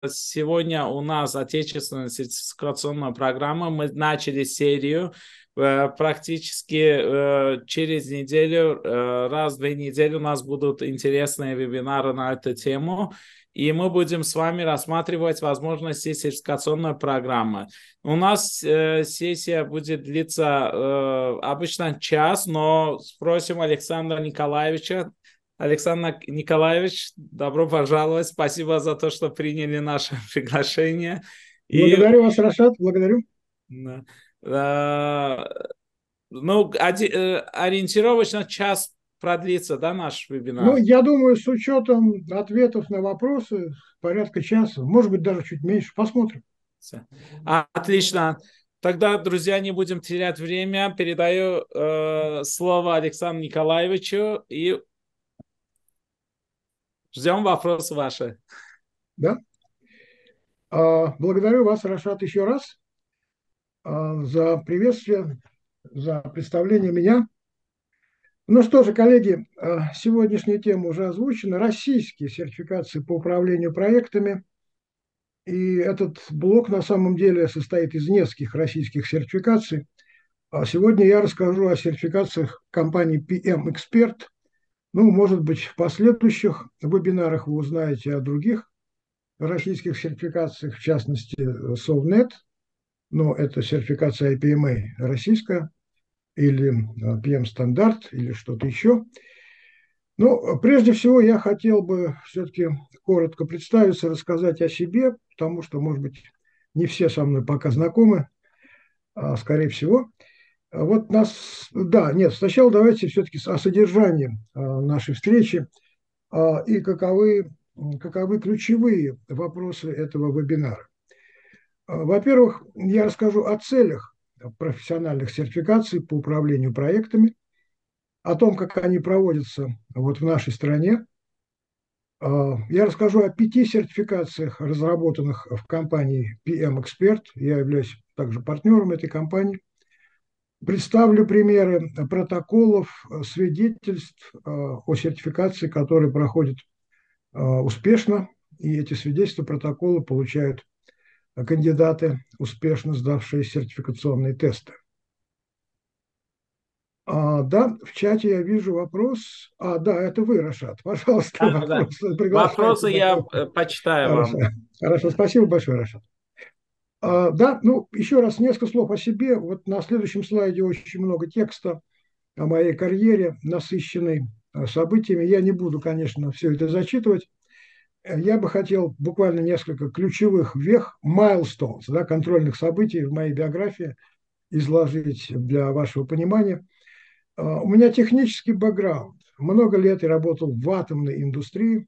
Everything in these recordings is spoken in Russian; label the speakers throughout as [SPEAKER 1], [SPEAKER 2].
[SPEAKER 1] Сегодня у нас отечественная сертификационная программа. Мы начали серию. Практически через неделю, раз в 2 недели у нас будут интересные вебинары на эту тему. И мы будем с вами рассматривать возможности сертификационной программы. У нас сессия будет длиться обычно час, но спросим Александра Николаевича. Александр Николаевич, добро пожаловать. Спасибо за то, что приняли наше приглашение. И
[SPEAKER 2] Благодарю вас, Рашат, благодарю.
[SPEAKER 1] э, ну, ориентировочно час продлится, да, наш
[SPEAKER 2] Ну,
[SPEAKER 1] вебинар?
[SPEAKER 2] я думаю, с учетом ответов на вопросы, порядка часа, может быть, даже чуть меньше. Посмотрим.
[SPEAKER 1] Всё. Отлично. Тогда, друзья, не будем терять время. Передаю слово Александру Николаевичу и ждем вопросы ваши.
[SPEAKER 2] Да? Благодарю вас, Рашат, еще раз за приветствие, за представление меня. Ну что же, коллеги, сегодняшняя тема уже озвучена. Российские сертификации по управлению проектами. И этот блок на самом деле состоит из нескольких российских сертификаций. А сегодня я расскажу о сертификациях компании PM Expert. Ну, может быть, в последующих вебинарах вы узнаете о других российских сертификациях, в частности, Совнет, но это сертификация IPMA российская, или PM-стандарт, или что-то еще. Но прежде всего я хотел бы все-таки коротко представиться, рассказать о себе, потому что, может быть, не все со мной пока знакомы, скорее всего. Вот нас, да, нет, сначала давайте все-таки о содержании нашей встречи и каковы ключевые вопросы этого вебинара. Во-первых, я расскажу о целях профессиональных сертификаций по управлению проектами, о том, как они проводятся вот в нашей стране. Я расскажу о 5 сертификациях, разработанных в компании PM Expert. Я являюсь также партнером этой компании. Представлю примеры протоколов, свидетельств о сертификации, которые проходят успешно, и эти свидетельства, протоколы получают кандидаты, успешно сдавшие сертификационные тесты. Да, в чате я вижу вопрос. Да, это вы, Рашат. Пожалуйста,
[SPEAKER 1] Да, да.
[SPEAKER 2] вопрос приглашайте
[SPEAKER 1] Вопросы
[SPEAKER 2] на
[SPEAKER 1] я
[SPEAKER 2] трибуну.
[SPEAKER 1] почитаю
[SPEAKER 2] Хорошо,
[SPEAKER 1] вам.
[SPEAKER 2] хорошо, спасибо большое, Рашат. Да, ну, еще раз несколько слов о себе. Вот на следующем слайде очень много текста о моей карьере, насыщенной событиями. Я не буду, конечно, все это зачитывать. Я бы хотел буквально несколько ключевых вех, milestones, да, контрольных событий в моей биографии изложить для вашего понимания. У меня технический бэкграунд. Много лет я работал в атомной индустрии,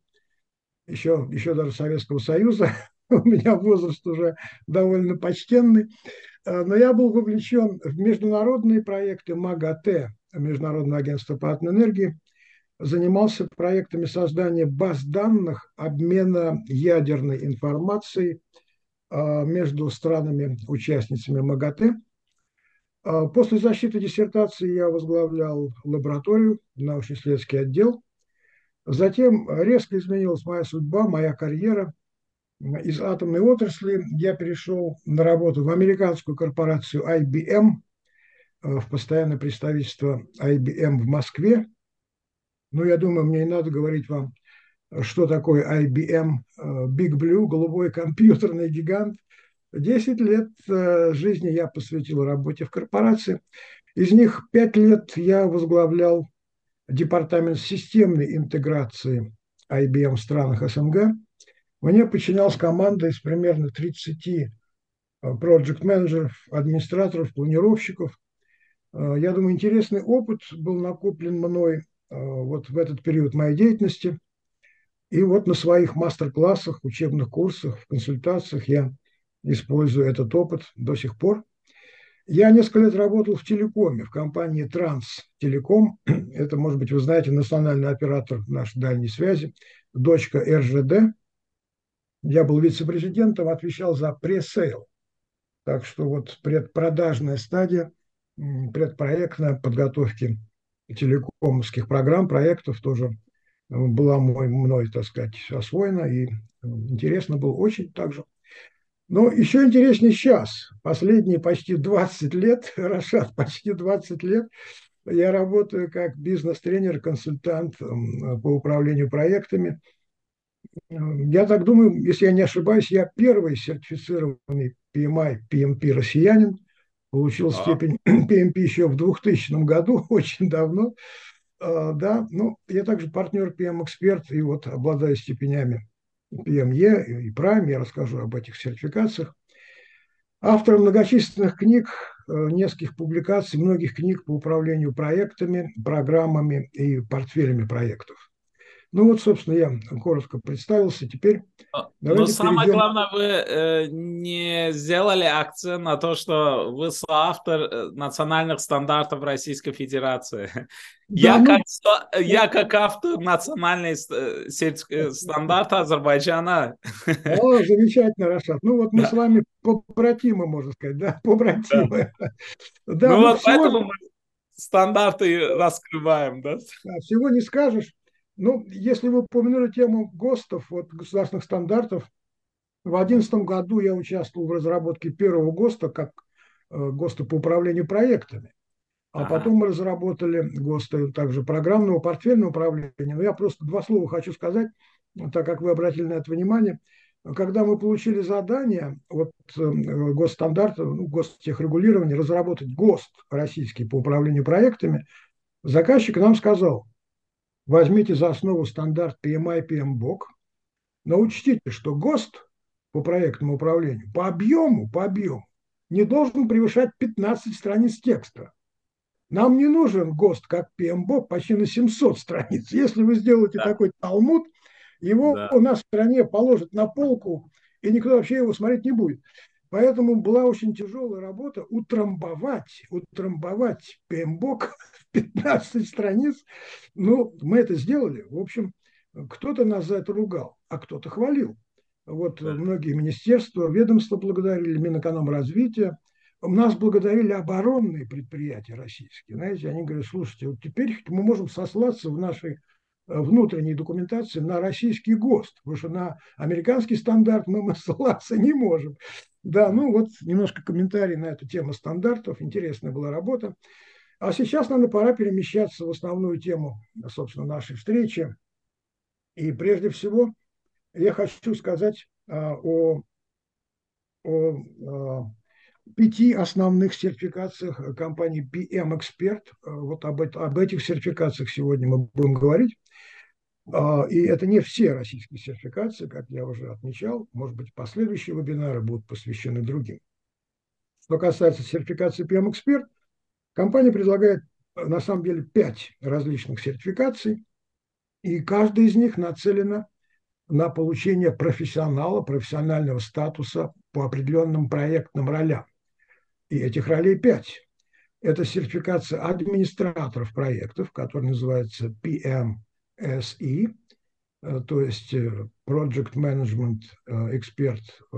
[SPEAKER 2] еще даже Советского Союза. У меня возраст уже довольно почтенный. Но я был вовлечен в международные проекты МАГАТЭ, Международное агентство по атомной энергии, занимался проектами создания баз данных, обмена ядерной информацией между странами-участницами МАГАТЭ. После защиты диссертации я возглавлял лабораторию, научно-исследовательский отдел. Затем резко изменилась моя судьба, моя карьера. Из атомной отрасли я перешел на работу в американскую корпорацию IBM, в постоянное представительство IBM в Москве. Ну, я думаю, мне не надо говорить вам, что такое IBM, Big Blue, голубой компьютерный гигант. 10 лет жизни я посвятил работе в корпорации. Из них 5 лет я возглавлял департамент системной интеграции IBM в странах СНГ. Мне подчинялась команда из примерно 30 проект-менеджеров, администраторов, планировщиков. Я думаю, интересный опыт был накоплен мной вот в этот период моей деятельности. И вот на своих мастер-классах, учебных курсах, в консультациях я использую этот опыт до сих пор. Я несколько лет работал в телекоме, в компании Транстелеком. Это, может быть, вы знаете, национальный оператор нашей дальней связи, дочка РЖД. Я был вице-президентом, отвечал за пресейл. Так что вот предпродажная стадия, предпроектная подготовки телекомовских программ, проектов тоже была мной, так сказать, освоена и Интересно было очень также. Но еще интереснее сейчас. Последние почти 20 лет, Рашад, почти 20 лет я работаю как бизнес-тренер, консультант по управлению проектами. Я так думаю, если я не ошибаюсь, я первый сертифицированный PMI, PMP россиянин. Получил
[SPEAKER 1] А,
[SPEAKER 2] степень PMP еще в 2000 году, очень давно. Да, ну, я также партнер PM-эксперт и вот обладаю степенями PME и Prime. Я расскажу об этих сертификациях. Автор многочисленных книг, нескольких публикаций, многих книг по управлению проектами, программами и портфелями проектов. Ну вот, собственно, я коротко представился. Теперь
[SPEAKER 1] Но
[SPEAKER 2] давайте
[SPEAKER 1] самое
[SPEAKER 2] перейдем.
[SPEAKER 1] главное, вы не сделали акцент на то, что вы соавтор национальных стандартов Российской Федерации.
[SPEAKER 2] Да, ну,
[SPEAKER 1] Я как автор национальных стандарта Азербайджана.
[SPEAKER 2] замечательно, Рашат. Ну вот мы с
[SPEAKER 1] Да,
[SPEAKER 2] вами побратимы, можно сказать, да,
[SPEAKER 1] да.
[SPEAKER 2] побратимы. Да,
[SPEAKER 1] Ну
[SPEAKER 2] ну
[SPEAKER 1] вот
[SPEAKER 2] всего,
[SPEAKER 1] поэтому мы стандарты раскрываем, да?
[SPEAKER 2] всего не скажешь. Ну, если вы упомянули тему ГОСТов, вот государственных стандартов, в 2011 году я участвовал в разработке первого ГОСТа, как ГОСТа по управлению проектами. А
[SPEAKER 1] Ага.
[SPEAKER 2] потом мы разработали ГОСТы также программного, портфельного управления. Но я просто два слова хочу сказать, так как вы обратили на это внимание. Когда мы получили задание от госстандарта, ну, гостехрегулирования, разработать ГОСТ российский по управлению проектами, заказчик нам сказал: возьмите за основу стандарт PMI, PMBOK, но учтите, что ГОСТ по проектному управлению по объему не должен превышать 15 страниц текста. Нам не нужен ГОСТ, как PMBOK, почти на 700 страниц. Если вы сделаете
[SPEAKER 1] Да,
[SPEAKER 2] такой талмуд, его
[SPEAKER 1] да,
[SPEAKER 2] у нас в стране положат на полку, и никто вообще его смотреть не будет. Поэтому была очень тяжелая работа утрамбовать PMBOK в 15 страниц. Ну, мы это сделали. В общем, кто-то нас за это ругал, а кто-то хвалил. Вот
[SPEAKER 1] да.
[SPEAKER 2] многие министерства, ведомства благодарили, Минэкономразвития. Нас благодарили оборонные предприятия российские. Знаете, они говорят: слушайте, вот теперь мы можем сослаться в нашей внутренней документации на российский ГОСТ, потому что на американский стандарт мы ссылаться не можем. Да, ну вот немножко комментарий на эту тему стандартов. Интересная была работа. А сейчас, наверное, пора перемещаться в основную тему, собственно, нашей встречи. И прежде всего я хочу сказать о 5 основных сертификациях компании PM Expert. Вот об этих сертификациях сегодня мы будем говорить. И это не все российские сертификации, как я уже отмечал. Может быть, последующие вебинары будут посвящены другим. Что касается сертификации PM Expert, компания предлагает на самом деле 5 различных сертификаций, и каждая из них нацелена на получение профессионального статуса по определенным проектным ролям. И этих ролей 5. Это сертификация администраторов проектов, которая называется PMSE, то есть Project Management Expert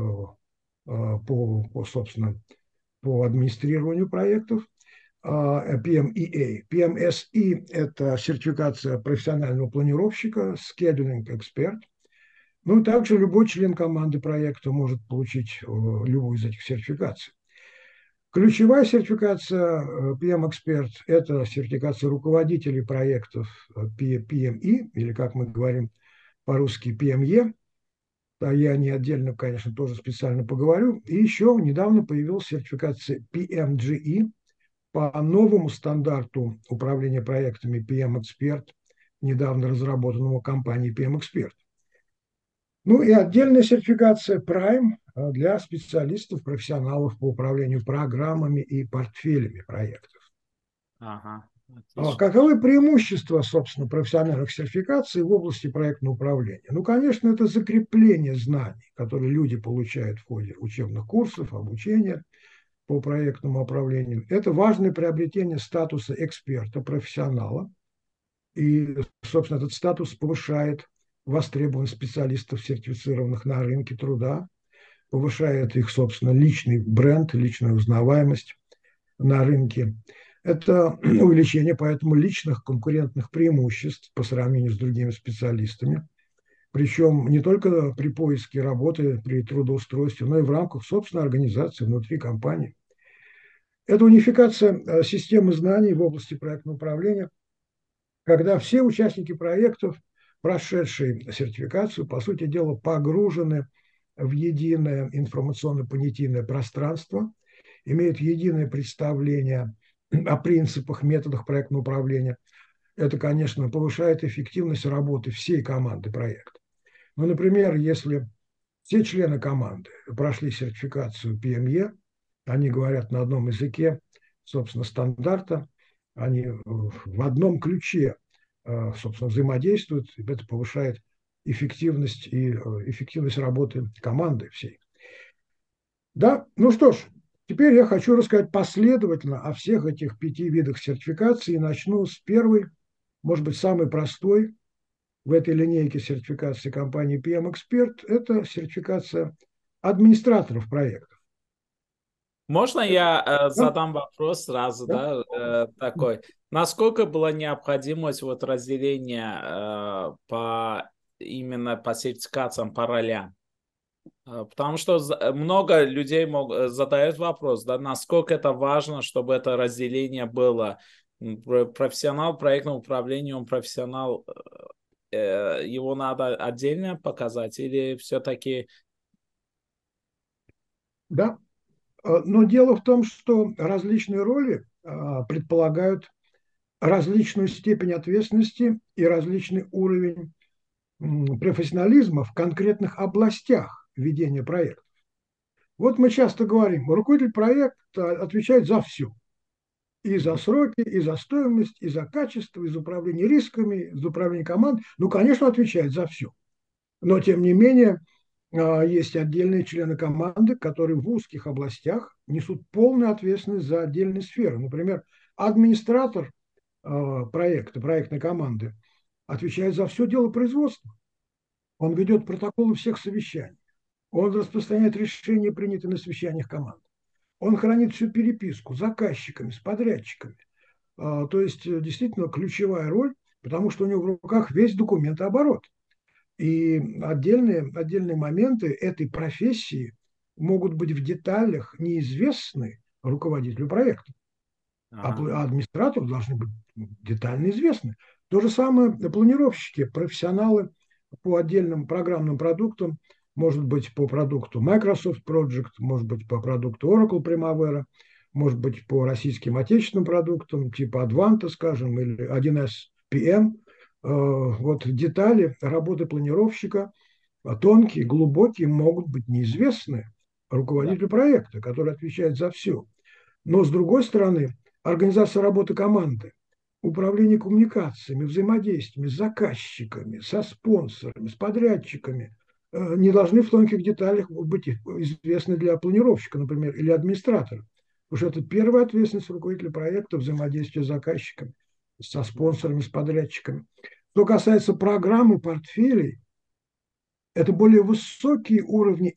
[SPEAKER 2] собственно, по администрированию проектов. PMEA. PMSE – это сертификация профессионального планировщика, Scheduling Expert. Ну и также любой член команды проекта может получить любую из этих сертификаций. Ключевая сертификация PM-эксперт – это сертификация руководителей проектов PME, или, как мы говорим по-русски, PME. Да, я о ней отдельно, конечно, тоже специально поговорю. И еще недавно появилась сертификация PMGE по новому стандарту управления проектами PM-эксперт, недавно разработанному компанией PM-эксперт. Ну и отдельная сертификация Prime для специалистов, профессионалов по управлению программами и портфелями проектов.
[SPEAKER 1] Ага, отлично.
[SPEAKER 2] Каковы преимущества, собственно, профессиональных сертификаций в области проектного управления? Ну, конечно, это закрепление знаний, которые люди получают в ходе учебных курсов, обучения по проектному управлению. Это важное приобретение статуса эксперта, профессионала. И, собственно, этот статус повышает востребованность специалистов, сертифицированных на рынке труда, повышает их, собственно, личный бренд, личную узнаваемость на рынке. Это увеличение поэтому личных конкурентных преимуществ по сравнению с другими специалистами. Причем не только при поиске работы, при трудоустройстве, но и в рамках собственной организации внутри компании. Это унификация системы знаний в области проектного управления, когда все участники проектов, прошедшие сертификацию, по сути дела, погружены в единое информационно-понятийное пространство, имеют единое представление о принципах, методах проектного управления. Это, конечно, повышает эффективность работы всей команды проекта. Ну, например, если все члены команды прошли сертификацию PME, они говорят на одном языке, собственно, стандарта, они в одном ключе, собственно, взаимодействуют, и это повышает эффективность и эффективность работы команды всей. Да, ну что ж, теперь я хочу рассказать последовательно о всех этих 5 видах сертификации и начну с первой, может быть, самой простой в этой линейке сертификации компании PM Expert. Это сертификация администраторов проектов.
[SPEAKER 1] Можно я
[SPEAKER 2] Да,
[SPEAKER 1] задам вопрос сразу,
[SPEAKER 2] да.
[SPEAKER 1] да, такой? Насколько была необходимость вот разделения именно по сертификациям по ролям? Потому что много людей задают вопрос, да, насколько это важно, чтобы это разделение было. Профессионал проектного управления, он профессионал, его надо отдельно показать или все-таки...
[SPEAKER 2] Да. Но дело в том, что различные роли предполагают различную степень ответственности и различный уровень профессионализма в конкретных областях ведения проекта. Вот мы часто говорим, руководитель проекта отвечает за все. И за сроки, и за стоимость, и за качество, и за управление рисками, и за управление командой. Ну, конечно, отвечает за все. Но, тем не менее, есть отдельные члены команды, которые в узких областях несут полную ответственность за отдельные сферы. Например, администратор проекта, проектной команды отвечает за все дело производства. Он ведет протоколы всех совещаний. Он распространяет решения, принятые на совещаниях команд. Он хранит всю переписку с заказчиками, с подрядчиками. То есть действительно ключевая роль, потому что у него в руках весь документооборот. И отдельные моменты этой профессии могут быть в деталях неизвестны руководителю проекта,
[SPEAKER 1] Ага.
[SPEAKER 2] а администратору должны быть детально известны. То же самое планировщики, профессионалы по отдельным программным продуктам, может быть, по продукту Microsoft Project, может быть, по продукту Oracle Primavera, может быть, по российским отечественным продуктам, типа Advanta, скажем, или 1С PM. Вот детали работы планировщика, тонкие, глубокие, могут быть неизвестны
[SPEAKER 1] Да.
[SPEAKER 2] руководителю проекта, который отвечает за все. Но, с другой стороны, организация работы команды, управление коммуникациями, взаимодействиями с заказчиками, со спонсорами, с подрядчиками не должны в тонких деталях быть известны для планировщика, например, или администратора. Потому что это первая ответственность руководителя проекта взаимодействия с заказчиками, со спонсорами, с подрядчиками. Что касается программы портфелей, это более высокие уровни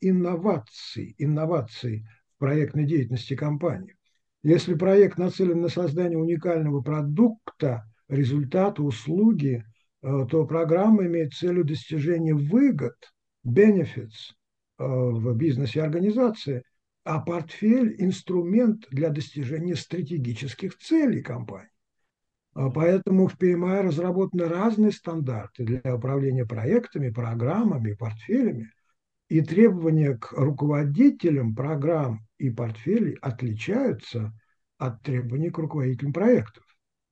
[SPEAKER 2] инноваций в проектной деятельности компании. Если проект нацелен на создание уникального продукта, результата, услуги, то программа имеет целью достижения выгод, benefits в бизнесе организации, а портфель – инструмент для достижения стратегических целей компании. Поэтому в PMI разработаны разные стандарты для управления проектами, программами, портфелями, и требования к руководителям программ и портфелей отличаются от требований к руководителям проектов.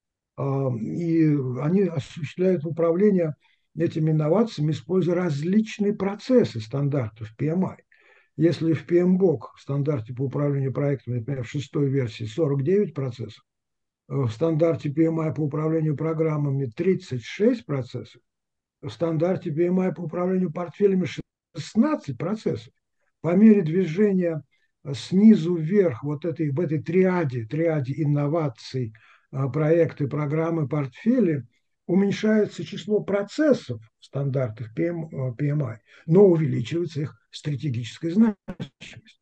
[SPEAKER 2] И они осуществляют управление этими инновациями, используя различные процессы стандартов PMI. Если в PMBOK, в стандарте по управлению проектами, например, в шестой версии 49 процессов, в стандарте PMI по управлению программами 36 процессов, в стандарте PMI по управлению портфелями 16 процессов. По мере движения снизу вверх в этой триаде инноваций, проекты, программы, портфели, уменьшается число процессов в стандартах PMI, но увеличивается их стратегическая значимость.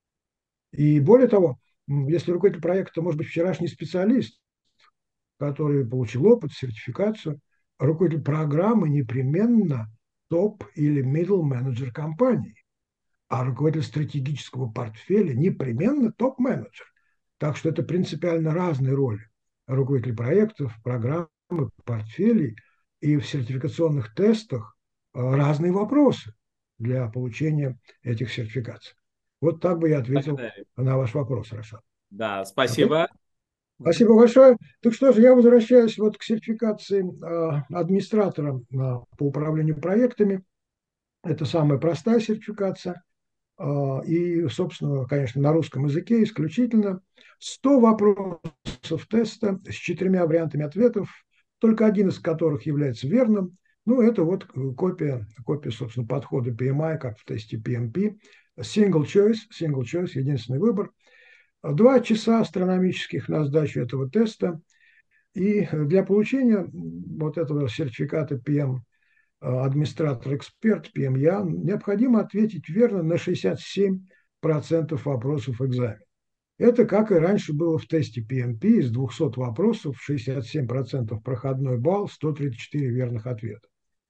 [SPEAKER 2] И более того, если руководитель проекта может быть вчерашний специалист, который получил опыт, сертификацию, руководитель программы непременно топ или middle менеджер компании, а руководитель стратегического портфеля непременно топ-менеджер. Так что это принципиально разные роли. Руководитель проектов, программы, портфелей, и в сертификационных тестах разные вопросы для получения этих сертификаций. Вот так бы я ответил
[SPEAKER 1] Благодарю.
[SPEAKER 2] на ваш вопрос, Рашад.
[SPEAKER 1] Да,
[SPEAKER 2] Окей?
[SPEAKER 1] спасибо.
[SPEAKER 2] Спасибо большое. Так что же, я возвращаюсь вот к сертификации администратора по управлению проектами. Это самая простая сертификация. И, собственно, конечно, на русском языке исключительно 100 вопросов теста с 4 вариантами ответов, только один из которых является верным. Ну, это вот копия, собственно, подхода PMI, как в тесте PMP. Single choice, единственный выбор. 2 часа астрономических на сдачу этого теста. И для получения вот этого сертификата PM администратор-эксперт, ПМЯ, необходимо ответить верно на 67% вопросов экзамена. Это, как и раньше было в тесте PMP, из 200 вопросов 67% проходной балл, 134 верных ответа.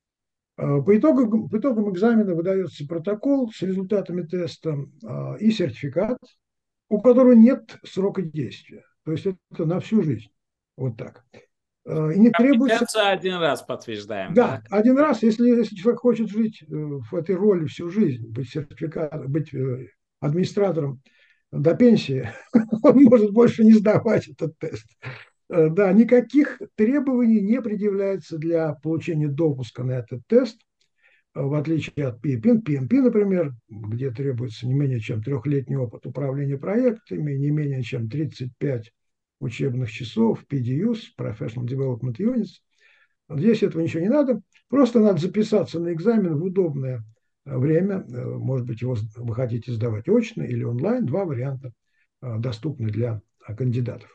[SPEAKER 2] По итогам экзамена выдается протокол с результатами теста и сертификат, у которого нет срока действия. То есть это на всю жизнь. Вот так. И не требуется...
[SPEAKER 1] Компетенцию один раз подтверждаем,
[SPEAKER 2] Да,
[SPEAKER 1] да?
[SPEAKER 2] один раз, если человек хочет жить в этой роли всю жизнь, быть администратором до пенсии, он может больше не сдавать этот тест. Да, никаких требований не предъявляется для получения допуска на этот тест, в отличие от PMP, например, где требуется не менее чем 3-летний опыт управления проектами, не менее чем 35 учебных часов, PDUs, Professional Development Units. Здесь этого ничего не надо. Просто надо записаться на экзамен в удобное время. Может быть, его вы хотите сдавать очно или онлайн. 2 варианта доступны для кандидатов.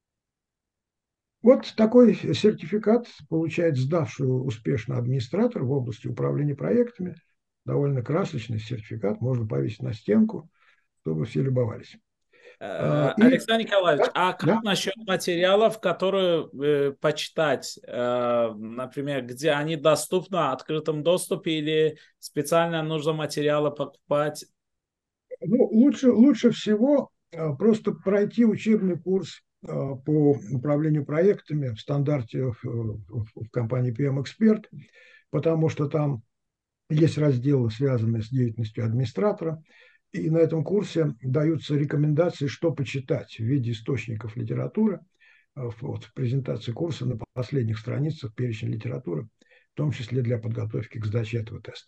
[SPEAKER 2] Вот такой сертификат получает сдавший успешно администратор в области управления проектами. Довольно красочный сертификат. Можно повесить на стенку, чтобы все любовались. И
[SPEAKER 1] Александр Николаевич, а
[SPEAKER 2] да,
[SPEAKER 1] как насчет материалов, которые почитать, например, где они доступны в открытом доступе или специально нужно материалы покупать?
[SPEAKER 2] ну, лучше всего просто пройти учебный курс по управлению проектами в стандарте в компании PM Expert, потому что там есть разделы, связанные с деятельностью администратора, и на этом курсе даются рекомендации, что почитать в виде источников литературы. Вот в презентации курса на последних страницах перечень литературы, в том числе для подготовки к сдаче этого теста.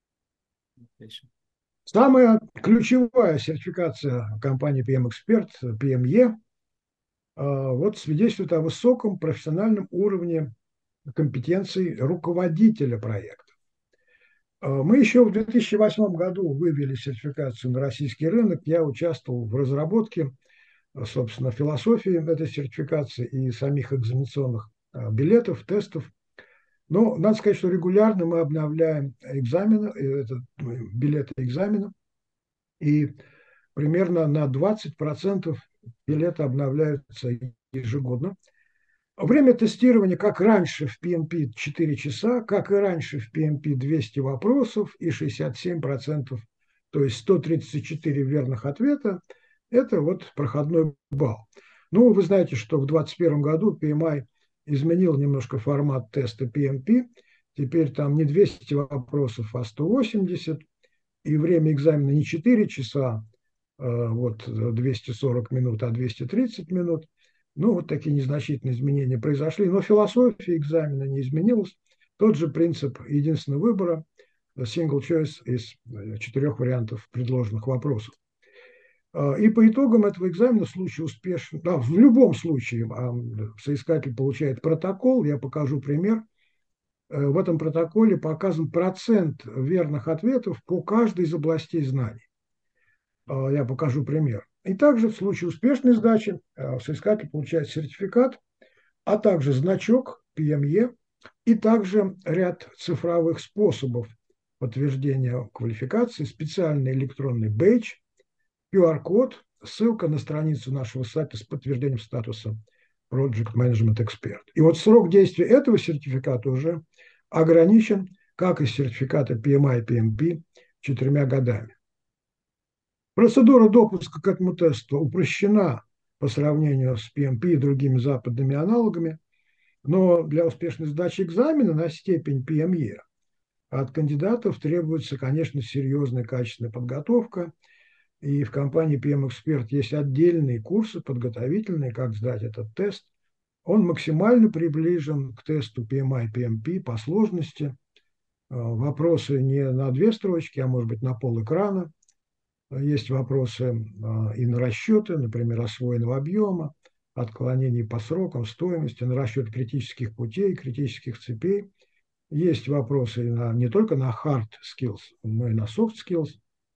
[SPEAKER 2] Самая ключевая сертификация компании PM Expert, PME, вот свидетельствует о высоком профессиональном уровне компетенций руководителя проекта. Мы еще в 2008 году вывели сертификацию на российский рынок. Я участвовал в разработке, собственно, философии этой сертификации и самих экзаменационных билетов, тестов. Но надо сказать, что регулярно мы обновляем экзамены, билеты экзамена, и примерно на 20% билеты обновляются ежегодно. Время тестирования, как раньше в PMP 4 часа, как и раньше в PMP 200 вопросов и 67%, то есть 134 верных ответа, это вот проходной балл. Ну, вы знаете, что в 2021 году PMI изменил немножко формат теста PMP, теперь там не 200 вопросов, а 180, и время экзамена не 4 часа, вот 240 минут, а 230 минут. Ну, вот такие незначительные изменения произошли, но философия экзамена не изменилась. Тот же принцип единственного выбора, single choice из 4 вариантов предложенных вопросов. И по итогам этого экзамена, в случае успешно, да, в любом случае соискатель получает протокол, я покажу пример. В этом протоколе показан процент верных ответов по каждой из областей знаний. Я покажу пример. И также в случае успешной сдачи соискатель получает сертификат, а также значок PME и также ряд цифровых способов подтверждения квалификации, специальный электронный бейдж, QR-код, ссылка на страницу нашего сайта с подтверждением статуса Project Management Expert. И вот срок действия этого сертификата уже ограничен как и сертификаты PMI и PMP, 4 годами. Процедура допуска к этому тесту упрощена по сравнению с PMP и другими западными аналогами, но для успешной сдачи экзамена на степень PME от кандидатов требуется, конечно, серьезная качественная подготовка, и в компании PM Expert есть отдельные курсы подготовительные, как сдать этот тест. Он максимально приближен к тесту PMI и PMP по сложности. Вопросы не на 2 строчки, а может быть на пол-экрана. Есть вопросы и на расчеты, например, освоенного объема, отклонений по срокам, стоимости, на расчет критических путей, критических цепей. Есть вопросы не только на hard skills, но и на soft skills,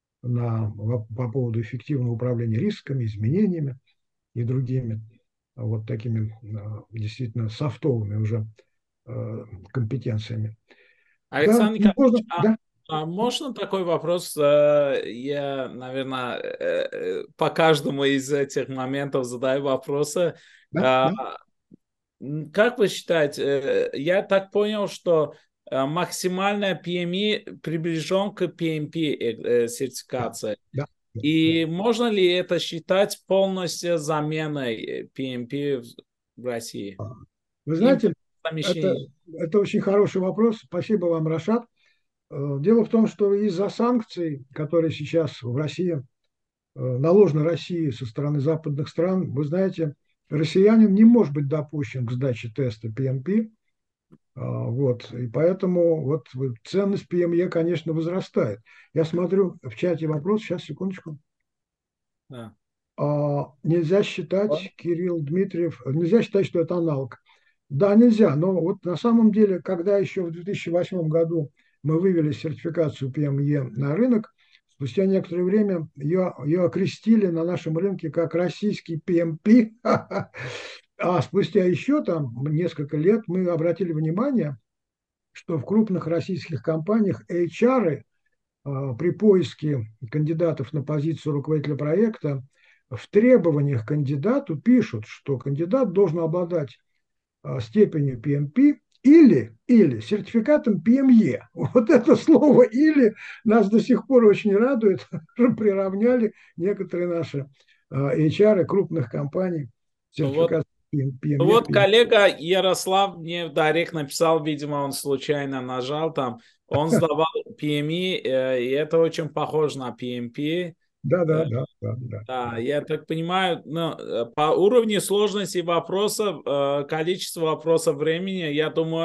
[SPEAKER 2] по поводу эффективного управления рисками, изменениями и другими вот такими действительно софтовыми уже компетенциями. Да,
[SPEAKER 1] Александр Николаевич,
[SPEAKER 2] можно, да,
[SPEAKER 1] а можно такой вопрос? Я, наверное, по каждому из этих моментов задаю вопросы.
[SPEAKER 2] да,
[SPEAKER 1] А,
[SPEAKER 2] да.
[SPEAKER 1] Как вы считаете, я так понял, что максимальная PMI приближен к PMP
[SPEAKER 2] Да,
[SPEAKER 1] сертификации.
[SPEAKER 2] да, да, да.
[SPEAKER 1] И можно ли это считать полностью заменой PMP в России?
[SPEAKER 2] Вы знаете,
[SPEAKER 1] Импорт,
[SPEAKER 2] это,
[SPEAKER 1] замещение.
[SPEAKER 2] это очень хороший вопрос. Спасибо вам, Рашат. Дело в том, что из-за санкций, которые сейчас в России наложены России со стороны западных стран, вы знаете, россиянин не может быть допущен к сдаче теста PMP. Вот, и поэтому вот ценность PME, конечно, возрастает. Я смотрю в чате вопрос, сейчас, секундочку.
[SPEAKER 1] Да.
[SPEAKER 2] Нельзя считать, Кирилл Дмитриев, нельзя считать, что это аналог. Да, нельзя, но вот на самом деле, когда еще в 2008 году мы вывели сертификацию PME на рынок, спустя некоторое время ее окрестили на нашем рынке как российский PMP, а спустя еще там несколько лет мы обратили внимание, что в крупных российских компаниях HR при поиске кандидатов на позицию руководителя проекта в требованиях к кандидату пишут, что кандидат должен обладать степенью PMP или сертификатом PME. Вот это слово «или» нас до сих пор очень радует, приравняли некоторые наши HR крупных компаний
[SPEAKER 1] Вот
[SPEAKER 2] сертификат PME к
[SPEAKER 1] Вот
[SPEAKER 2] PME.
[SPEAKER 1] коллега Ярослав мне в директ написал, видимо, он случайно нажал там, он сдавал PME, и это очень похоже на PMP.
[SPEAKER 2] Да, да,
[SPEAKER 1] Э,
[SPEAKER 2] да, да, да.
[SPEAKER 1] Да, я так понимаю, ну, по уровню сложности вопросов, количество вопросов времени, я думаю,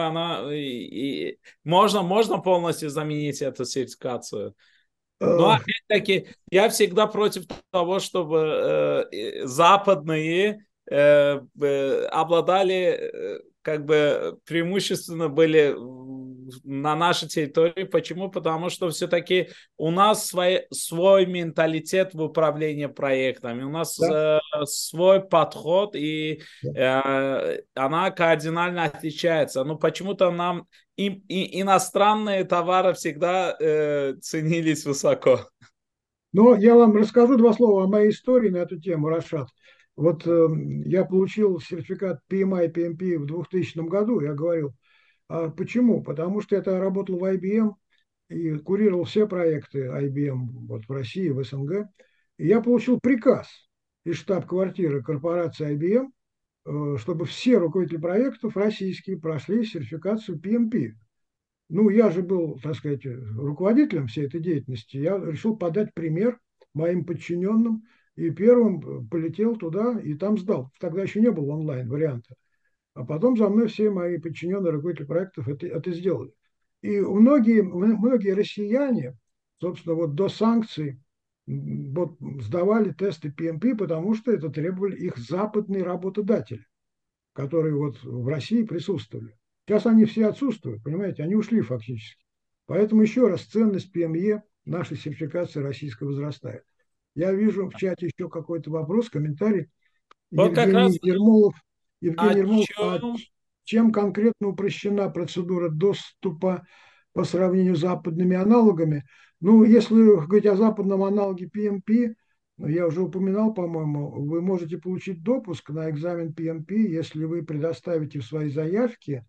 [SPEAKER 1] можно полностью заменить эту сертификацию. Но
[SPEAKER 2] Э,
[SPEAKER 1] опять-таки, я всегда против того, чтобы западные обладали, как бы преимущественно были на нашей территории. Почему? Потому что все-таки у нас свой менталитет в управлении проектами, у нас
[SPEAKER 2] да,
[SPEAKER 1] свой подход, и
[SPEAKER 2] да.
[SPEAKER 1] она кардинально отличается. Но почему-то нам и иностранные товары всегда ценились высоко.
[SPEAKER 2] Но я вам расскажу 2 слова о моей истории на эту тему, Рашат. Вот я получил сертификат PMI, PMP в 2000 году, я говорил. А почему? Потому что я работал в IBM и курировал все проекты IBM вот, в России, в СНГ. И я получил приказ из штаб-квартиры корпорации IBM, чтобы все руководители проектов российские прошли сертификацию PMP. Ну, я же был, так сказать, руководителем всей этой деятельности. Я решил подать пример моим подчиненным и первым полетел туда и там сдал. Тогда еще не было онлайн-варианта. А потом за мной все мои подчиненные руководители проектов это сделали. И многие россияне, собственно, вот до санкций вот, сдавали тесты PMP, потому что это требовали их западные работодатели, которые вот в России присутствовали. Сейчас они все отсутствуют, понимаете, они ушли фактически. Поэтому еще раз ценность ПМЕ нашей сертификации российской возрастает. Я вижу в чате еще какой-то вопрос, комментарий.
[SPEAKER 1] Вот как раз
[SPEAKER 2] Евгений Ермолов.
[SPEAKER 1] о
[SPEAKER 2] Евгений Ермолов, а
[SPEAKER 1] чем...
[SPEAKER 2] чем конкретно упрощена процедура доступа по сравнению с западными аналогами? Ну, если говорить о западном аналоге PMP, я уже упоминал, по-моему, вы можете получить допуск на экзамен PMP, если вы предоставите в своей заявке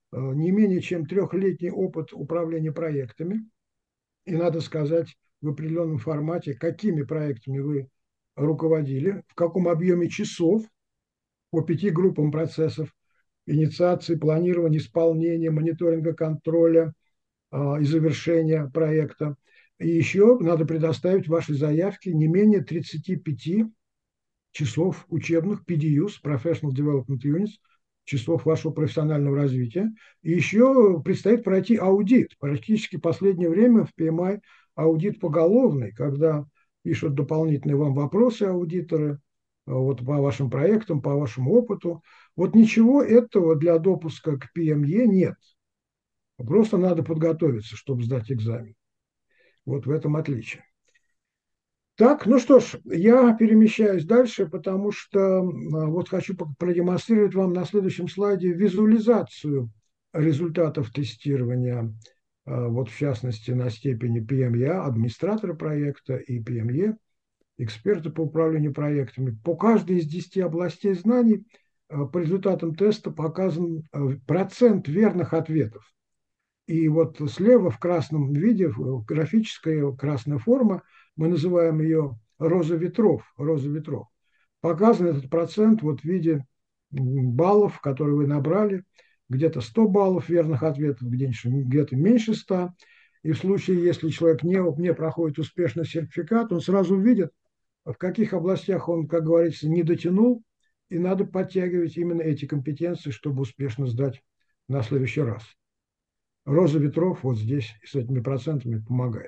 [SPEAKER 2] не менее чем трехлетний опыт управления проектами. И надо сказать в определенном формате, какими проектами вы руководили, в каком объеме часов по 5 группам процессов: инициации, планирования, исполнения, мониторинга, контроля и завершения проекта. И еще надо предоставить в вашей заявке не менее 35 часов учебных PDUs, Professional Development Units, часов вашего профессионального развития. И еще предстоит пройти аудит. Практически в последнее время в PMI аудит поголовный, когда пишут дополнительные вам вопросы аудиторы вот по вашим проектам, по вашему опыту. Вот ничего этого для допуска к PME нет. Просто надо подготовиться, чтобы сдать экзамен. Вот в этом отличие. Так, ну что ж, я перемещаюсь дальше, потому что вот хочу продемонстрировать вам на следующем слайде визуализацию результатов тестирования, вот в частности на степени PME, администратора проекта, и PME, эксперта по управлению проектами. По каждой из 10 областей знаний по результатам теста показан процент верных ответов. И вот слева в красном виде, графическая красная форма, мы называем ее роза ветров, роза ветров. Показан этот процент вот в виде баллов, которые вы набрали, где-то 100 баллов верных ответов, где-то меньше 100. И в случае, если человек не проходит успешно сертификат, он сразу видит, в каких областях он, как говорится, не дотянул, и надо подтягивать именно эти компетенции, чтобы успешно сдать на следующий раз. Роза ветров вот здесь с этими процентами помогает.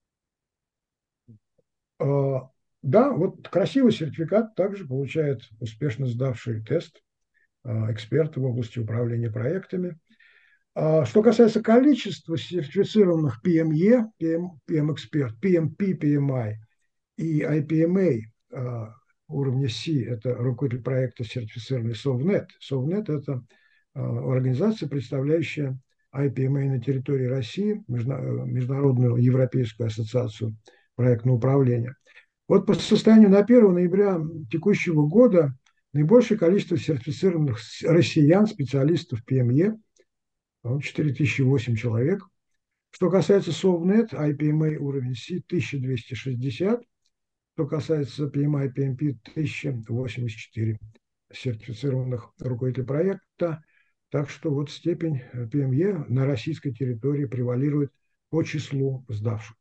[SPEAKER 2] Да, вот красивый сертификат также получает успешно сдавший тест эксперты в области управления проектами. Что касается количества сертифицированных PME, PM-эксперт, PMP, PMI и IPMA уровня C, это руководитель проекта сертифицированный Совнет. Совнет – это организация, представляющая IPMA на территории России, Международную Европейскую ассоциацию проектного управления. Вот по состоянию на 1 ноября текущего года наибольшее количество сертифицированных россиян, специалистов PME, 4008 человек. Что касается Совнет, IPMA уровень C 1260, что касается PMI, PMP 1084 сертифицированных руководителей проекта. Так что вот степень PME на российской территории превалирует по числу сдавших.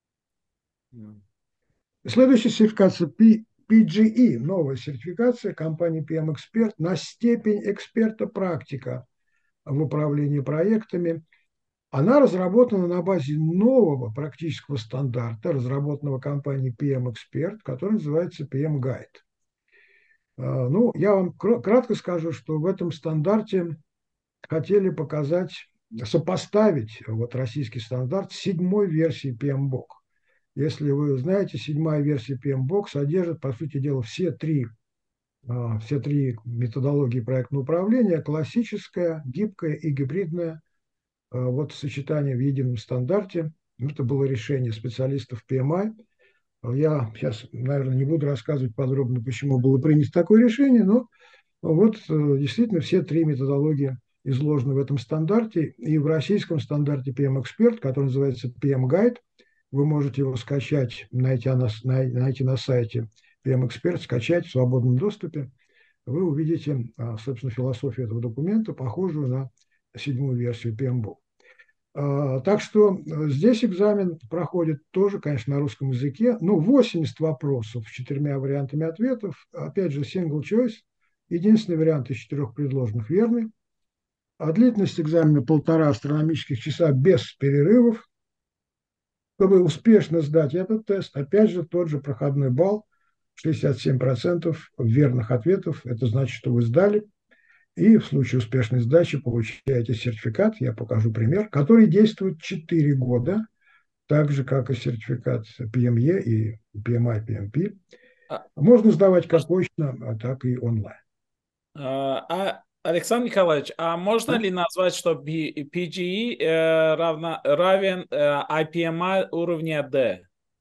[SPEAKER 2] Следующая сертификация PGE, новая сертификация компании PM Expert на степень эксперта-практика в управлении проектами. Она разработана на базе нового практического стандарта, разработанного компанией PM Expert, который называется PM Guide. Ну, я вам кратко скажу, что в этом стандарте хотели показать, сопоставить вот российский стандарт с 7-й версией PMBOK. Если вы знаете, 7-я версия PMBOK содержит, по сути дела, все три методологии проектного управления: классическая, гибкая и гибридная. Вот сочетание в едином стандарте. Это было решение специалистов PMI. Я сейчас, наверное, не буду рассказывать подробно, почему было принято такое решение, но вот действительно все три методологии изложены в этом стандарте. И в российском стандарте PM Expert, который называется PM Guide, вы можете его скачать, найти на сайте PM Expert, скачать в свободном доступе. Вы увидите, собственно, философию этого документа, похожую на 7-ю версию PMBOK. Так что здесь экзамен проходит тоже, конечно, на русском языке. Ну, 80 вопросов с 4 вариантами ответов. Опять же, single choice. Единственный вариант из 4 предложенных верный. А длительность экзамена 1,5 астрономических часа без перерывов. Чтобы успешно сдать этот тест, опять же, тот же проходной балл, 67% верных ответов. Это значит, что вы сдали. И в случае успешной сдачи получаете сертификат, я покажу пример, который действует 4 года, так же, как и сертификат PME и PMI, PMP. Можно сдавать как очно, так и онлайн.
[SPEAKER 1] Александр Николаевич, а можно ли назвать, что PGE равен IPMI уровня D?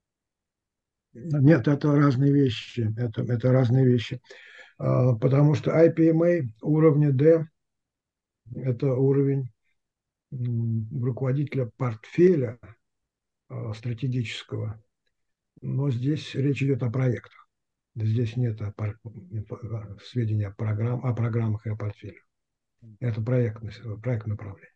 [SPEAKER 2] Нет, это разные вещи. Это разные вещи. Потому что IPMA уровня D – это уровень руководителя портфеля стратегического, но здесь речь идет о проектах. Здесь нет сведений о программах и о портфеле. Это проект направления.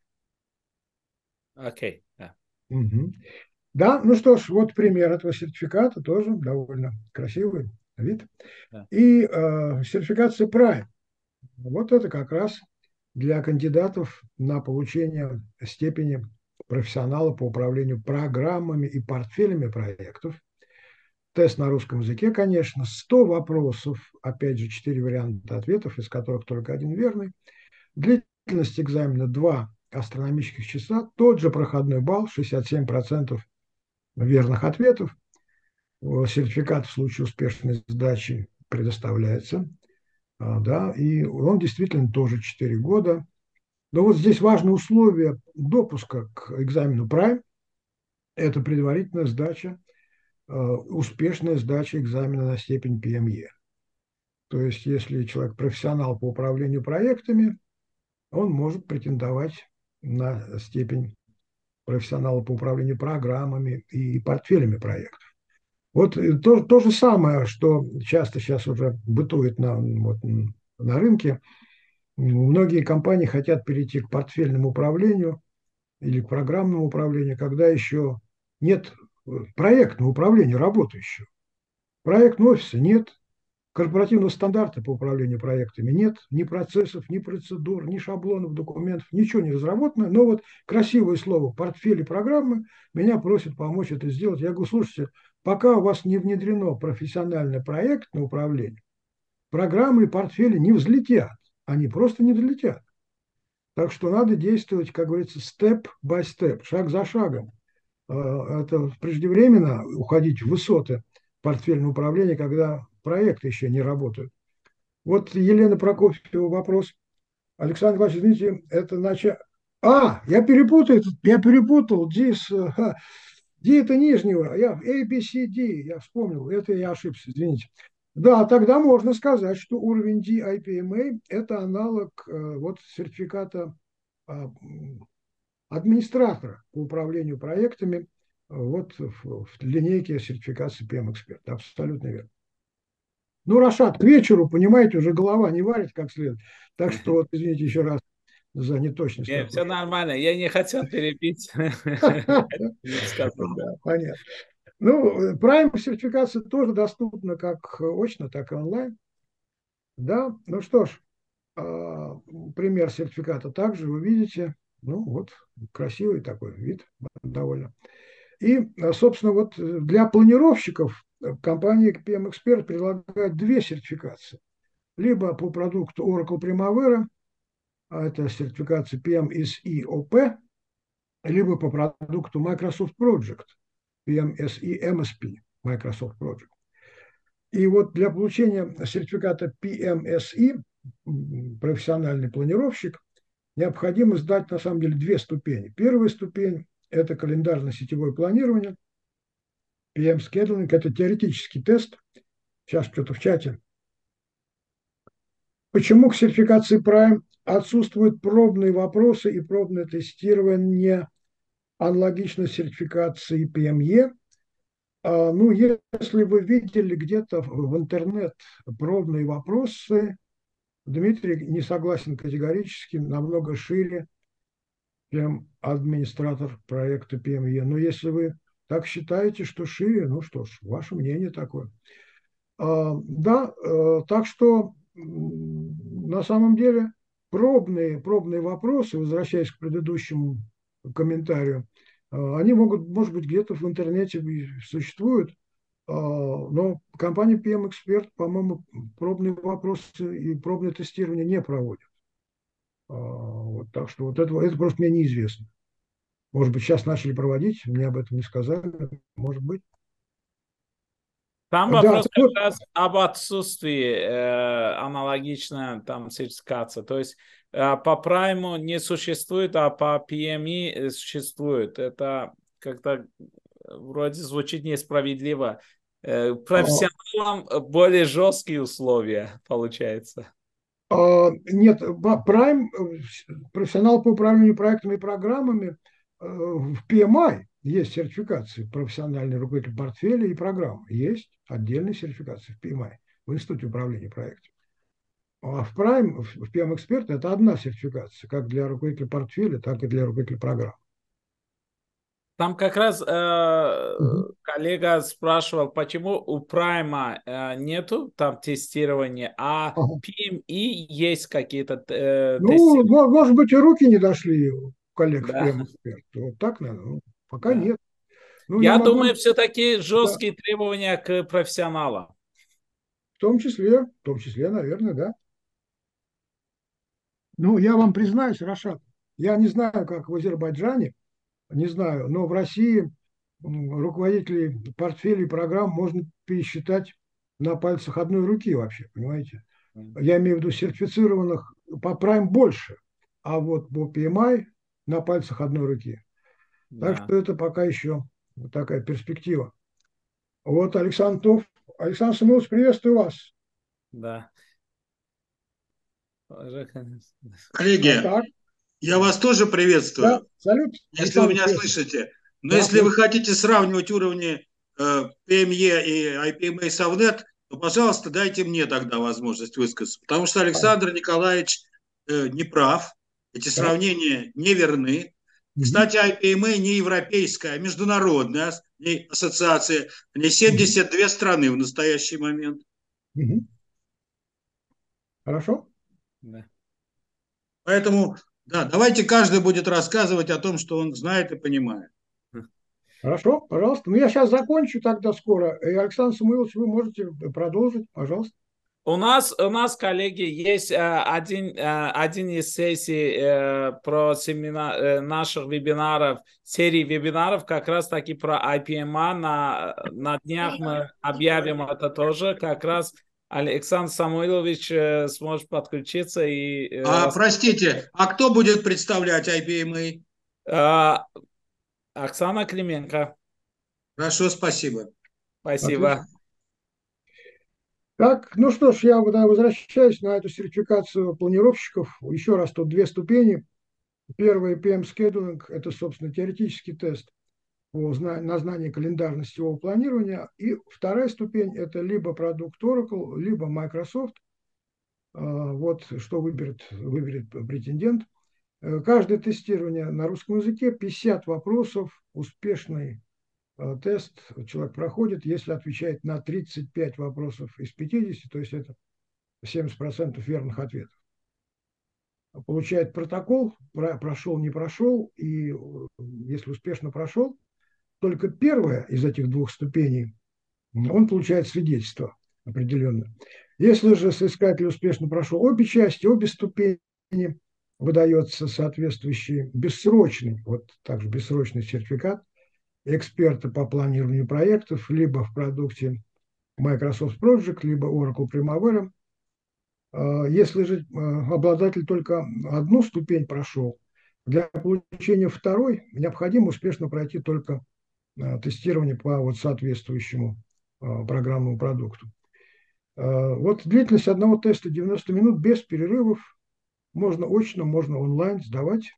[SPEAKER 1] Окей, да.
[SPEAKER 2] Угу. Да, ну что ж, вот пример этого сертификата, тоже довольно красивый вид.
[SPEAKER 1] Да.
[SPEAKER 2] И сертификация Prime. Вот это как раз для кандидатов на получение степени профессионала по управлению программами и портфелями проектов. Тест на русском языке, конечно, 100 вопросов, опять же, 4 варианта ответов, из которых только один верный. Длительность экзамена 2 астрономических часа, тот же проходной балл, 67% верных ответов. Сертификат в случае успешной сдачи предоставляется. Да, и он действительно тоже 4 года. Но вот здесь важное условие допуска к экзамену Prime – это предварительная сдача, успешная сдача экзамена на степень PME. То есть, если человек профессионал по управлению проектами, он может претендовать на степень профессионала по управлению программами и портфелями проектов. Вот то же самое, что часто сейчас уже бытует на рынке. Многие компании хотят перейти к портфельному управлению или к программному управлению, когда еще нет проектного управления работающего. Проектного офиса нет, корпоративного стандарта по управлению проектами нет, ни процессов, ни процедур, ни шаблонов, документов, ничего не разработано. Но вот красивое слово «портфель и программы» меня просят помочь это сделать. Я говорю, слушайте, пока у вас не внедрено профессиональное проектное управление, программы и портфели не взлетят, они просто не взлетят. Так что надо действовать, как говорится, step by step, шаг за шагом. Это преждевременно уходить в высоты портфельного управления, когда проекты еще не работают. Вот Елена Прокофьева вопрос. Александр Иванович, извините, это начало... я перепутал. D это нижнего, A, B, C, D, я вспомнил, это я ошибся, извините. Да, тогда можно сказать, что уровень D IPMA – это аналог вот сертификата администратора по управлению проектами вот в линейке сертификации PM-эксперт. Абсолютно верно. Ну, Рашат, к вечеру, понимаете, уже голова не варит как следует. Так что, вот, извините еще раз за неточность
[SPEAKER 1] Нет,
[SPEAKER 2] такую.
[SPEAKER 1] все нормально. Я не хотел перебить.
[SPEAKER 2] Да, понятно. Ну, Prime сертификация тоже доступна как очно, так и онлайн. Да, ну что ж, пример сертификата также вы видите. Ну, вот, красивый такой вид довольно. И, собственно, вот для планировщиков компания PM Expert предлагает две сертификации. Либо по продукту Oracle Primavera, а это сертификация PMSE-OP, либо по продукту Microsoft Project, PMSE-MSP, Microsoft Project. И вот для получения сертификата PMSE, профессиональный планировщик, необходимо сдать на самом деле две ступени. Первая ступень – это календарно-сетевое планирование, PM Scheduling, это теоретический тест. Сейчас что-то в чате. Почему к сертификации Prime отсутствуют пробные вопросы и пробное тестирование аналогично сертификации PME? Ну, если вы видели где-то в интернет пробные вопросы, Дмитрий не согласен категорически, намного шире, чем администратор проекта PME. Но если вы так считаете, что шире, ну что ж, ваше мнение такое. Да, так что на самом деле пробные вопросы, возвращаясь к предыдущему комментарию, они могут, может быть, где-то в интернете существуют, но компания PM Expert, по-моему, пробные вопросы и пробное тестирование не проводит. Вот, так что вот это просто мне неизвестно. Может быть, сейчас начали проводить, мне об этом не сказали, может быть.
[SPEAKER 1] Там
[SPEAKER 2] Да,
[SPEAKER 1] вопрос
[SPEAKER 2] так
[SPEAKER 1] как
[SPEAKER 2] вот,
[SPEAKER 1] раз об отсутствии аналогично там сертификации. То есть по прайму не существует, а по PME существует. Это как-то вроде звучит несправедливо.
[SPEAKER 2] а,
[SPEAKER 1] Профессионалам более жесткие условия получается.
[SPEAKER 2] Нет, Prime, профессионал по управлению проектами и программами, в PMI есть сертификации, профессиональный руководитель портфеля и программ. Есть отдельные сертификации в PMI, в Институте управления проектами. А в Prime, в PM Expert это одна сертификация, как для руководителя портфеля, так и для руководителя программ.
[SPEAKER 1] Там как раз
[SPEAKER 2] Мгм.
[SPEAKER 1] коллега спрашивал, почему у Прайма нету там тестирования, а
[SPEAKER 2] Ага.
[SPEAKER 1] PMI есть какие-то
[SPEAKER 2] Ну,
[SPEAKER 1] тестирования.
[SPEAKER 2] может быть, и руки не дошли у коллег в
[SPEAKER 1] Да,
[SPEAKER 2] PM Expert. Вот так, наверное. Ну, пока
[SPEAKER 1] да.
[SPEAKER 2] нет. Ну, я
[SPEAKER 1] Я
[SPEAKER 2] могу,
[SPEAKER 1] думаю, все-таки
[SPEAKER 2] да,
[SPEAKER 1] жесткие требования к профессионалам.
[SPEAKER 2] в том числе, наверное, да. Ну, я вам признаюсь, Рашат, я не знаю, как в Азербайджане, не знаю, но в России руководителей портфелей программ можно пересчитать на пальцах одной руки вообще, понимаете? Я имею в виду сертифицированных по Prime больше, а вот по PMI на пальцах одной руки. Так
[SPEAKER 1] Да,
[SPEAKER 2] что это пока еще вот такая перспектива. Вот Александр Тов. Александр Самуилович, приветствую вас.
[SPEAKER 1] да.
[SPEAKER 3] Коллеги,
[SPEAKER 2] Так,
[SPEAKER 3] я вас тоже
[SPEAKER 2] да,
[SPEAKER 3] приветствую,
[SPEAKER 2] салют,
[SPEAKER 3] если вы
[SPEAKER 2] Александр,
[SPEAKER 3] меня
[SPEAKER 2] приветствую.
[SPEAKER 3] слышите. Но
[SPEAKER 2] Да,
[SPEAKER 3] если вы
[SPEAKER 2] слышу.
[SPEAKER 3] хотите сравнивать уровни PME и IPMA Совнет, то, пожалуйста, дайте мне тогда возможность высказаться. Потому что Александр Николаевич не прав, эти
[SPEAKER 2] Так.
[SPEAKER 3] сравнения неверны.
[SPEAKER 2] Мгм,
[SPEAKER 3] Кстати, IPMA не европейская, а международная ассоциация. В ней
[SPEAKER 2] мгм,
[SPEAKER 3] 72 страны в настоящий момент.
[SPEAKER 2] мгм. Хорошо.
[SPEAKER 1] Да.
[SPEAKER 3] Поэтому, да, давайте каждый будет рассказывать о том, что он знает и понимает.
[SPEAKER 2] Хорошо, пожалуйста. Ну, я сейчас закончу тогда скоро. И, Александр Самуилович, вы можете продолжить, пожалуйста.
[SPEAKER 1] У нас, коллеги, есть один из сессий про наших вебинаров, серии вебинаров, как раз таки про IPMA. На днях мы объявим это тоже. Как раз Александр Самойлович сможет подключиться и
[SPEAKER 3] Простите, а кто будет представлять IPMA?
[SPEAKER 1] э, Оксана Клименко.
[SPEAKER 3] Хорошо, спасибо.
[SPEAKER 2] Отлично.
[SPEAKER 1] Спасибо.
[SPEAKER 2] Так, ну что ж, я возвращаюсь на эту сертификацию планировщиков. Еще раз, тут две ступени. Первый PM Scheduling – это, собственно, теоретический тест на знание календарно-сетевого планирования. И вторая ступень – это либо продукт Oracle, либо Microsoft. Вот что выберет претендент. Каждое тестирование на русском языке, 50 вопросов, успешный тест человек проходит, если отвечает на 35 вопросов из 50, то есть это 70% верных ответов. Получает протокол, прошел, не прошел, и если успешно прошел, только первая из этих двух ступеней, он получает свидетельство определенно. Если же соискатель успешно прошел обе части, обе ступени, выдается соответствующий бессрочный, вот также бессрочный сертификат эксперта по планированию проектов либо в продукте Microsoft Project, либо Oracle Primavera. Если же обладатель только одну ступень прошел, для получения второй необходимо успешно пройти только тестирование по вот соответствующему программному продукту. Вот длительность одного теста 90 минут без перерывов. Можно очно, можно онлайн сдавать.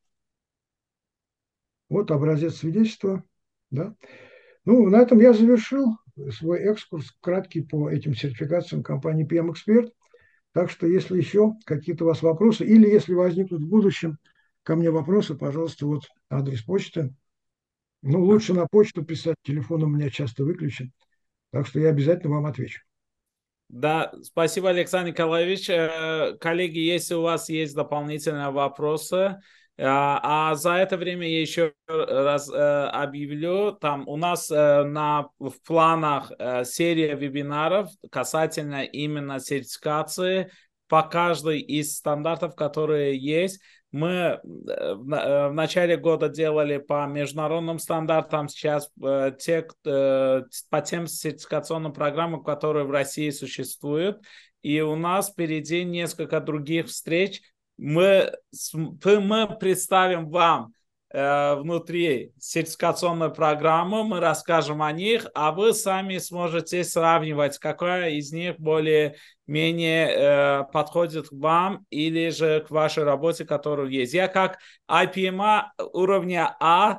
[SPEAKER 2] Вот образец свидетельства. Да. Ну, на этом я завершил свой экскурс краткий по этим сертификациям компании PM Expert. Так что, если еще какие-то у вас вопросы, или если возникнут в будущем ко мне вопросы, пожалуйста, вот адрес почты. Ну, лучше на почту писать, телефон у меня часто выключен. Так что я обязательно вам отвечу.
[SPEAKER 1] Да, спасибо, Александр Николаевич. Коллеги, если у вас есть дополнительные вопросы, а за это время я еще раз объявлю, там у нас в планах серия вебинаров касательно именно сертификации по каждой из стандартов, которые есть. Мы в начале года делали по международным стандартам, сейчас по тем сертификационным программам, которые в России существуют. И у нас впереди несколько других встреч. Мы представим вам внутри сертификационной программы, мы расскажем о них, а вы сами сможете сравнивать, какая из них более-менее подходит к вам или же к вашей работе, которая есть. Я как IPMA уровня А,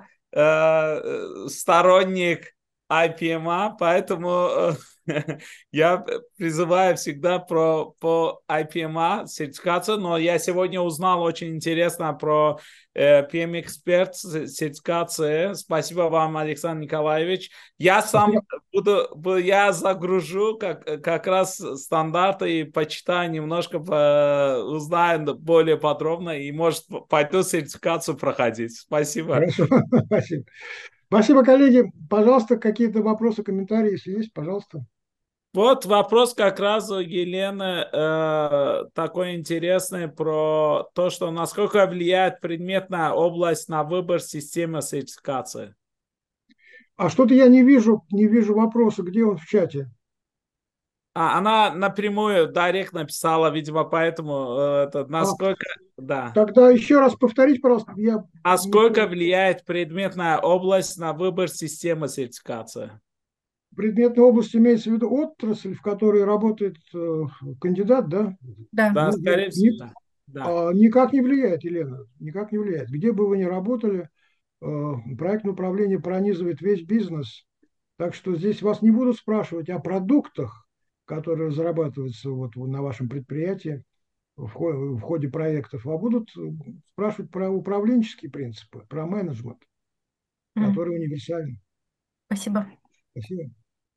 [SPEAKER 1] сторонник IPMA, поэтому я призываю всегда по IPMA сертификацию, но я сегодня узнал очень интересно про PM Expert сертификации. Спасибо вам, Александр Николаевич. Я сам я загружу как раз стандарты и почитаю немножко, узнаю более подробно и, может, пойду сертификацию проходить. Спасибо.
[SPEAKER 2] Хорошо, спасибо. Спасибо, коллеги. Пожалуйста, какие-то вопросы, комментарии, если есть, пожалуйста.
[SPEAKER 1] Вот вопрос как раз у Елены такой интересный про то, что насколько влияет предметная область на выбор системы сертификации.
[SPEAKER 2] А что-то я не вижу вопроса, где он в чате.
[SPEAKER 1] Она напрямую, директ написала, видимо, поэтому насколько, да.
[SPEAKER 2] Тогда еще раз повторить, пожалуйста.
[SPEAKER 1] Насколько влияет предметная область на выбор системы сертификации?
[SPEAKER 2] Предметная область имеется в виду отрасль, в которой работает кандидат, да?
[SPEAKER 1] Да, скорее всего, да.
[SPEAKER 2] Никак не влияет, Елена, никак не влияет. Где бы вы ни работали, проектное управление пронизывает весь бизнес. Так что здесь вас не будут спрашивать о продуктах, которые разрабатываются вот на вашем предприятии в ходе проектов, а будут спрашивать про управленческие принципы, про менеджмент, который универсальный.
[SPEAKER 4] Спасибо.
[SPEAKER 2] Спасибо.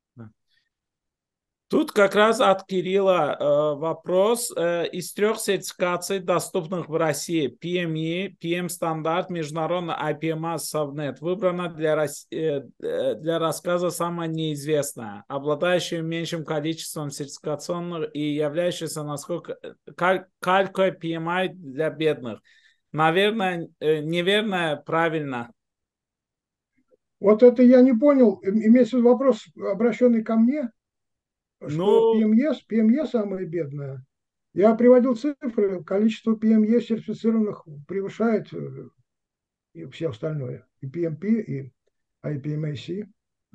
[SPEAKER 1] Тут как раз от Кирилла вопрос. Из 3 сертификаций, доступных в России, PME, PM-стандарт, международный IPMA Совнет, выбрана для рассказа самая неизвестная, обладающая меньшим количеством сертификационных и являющаяся насколько калькой PMI для бедных. Наверное, неверно, правильно.
[SPEAKER 2] Вот это я не понял. Имеется в виду вопрос, обращенный ко мне? Что PME самое бедное. Я приводил цифры, количество PME сертифицированных превышает и все остальное. И PMP, и IPMAC.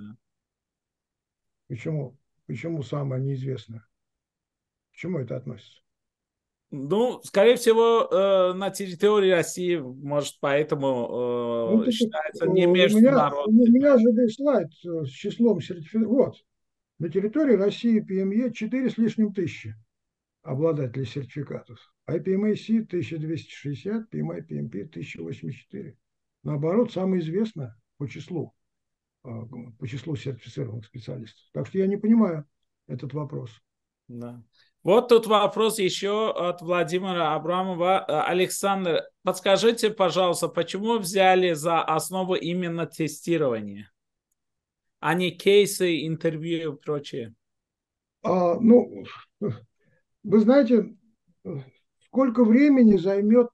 [SPEAKER 2] Почему? Почему самое неизвестное? К чему это относится?
[SPEAKER 1] Ну, скорее всего, на территории России, может, поэтому считается не международным.
[SPEAKER 2] У меня же был слайд с числом сертификатов. Вот. На территории России PME 4 с лишним тысячи обладателей сертификатов. IPMAC 1260, PMI, PMP 1084. Наоборот, самое известное по числу сертифицированных специалистов. Так что я не понимаю этот вопрос.
[SPEAKER 1] Да. Вот тут вопрос еще от Владимира Абрамова. Александр, подскажите, пожалуйста, почему взяли за основу именно тестирование, а не кейсы, интервью и прочее?
[SPEAKER 2] Ну, вы знаете, сколько времени займет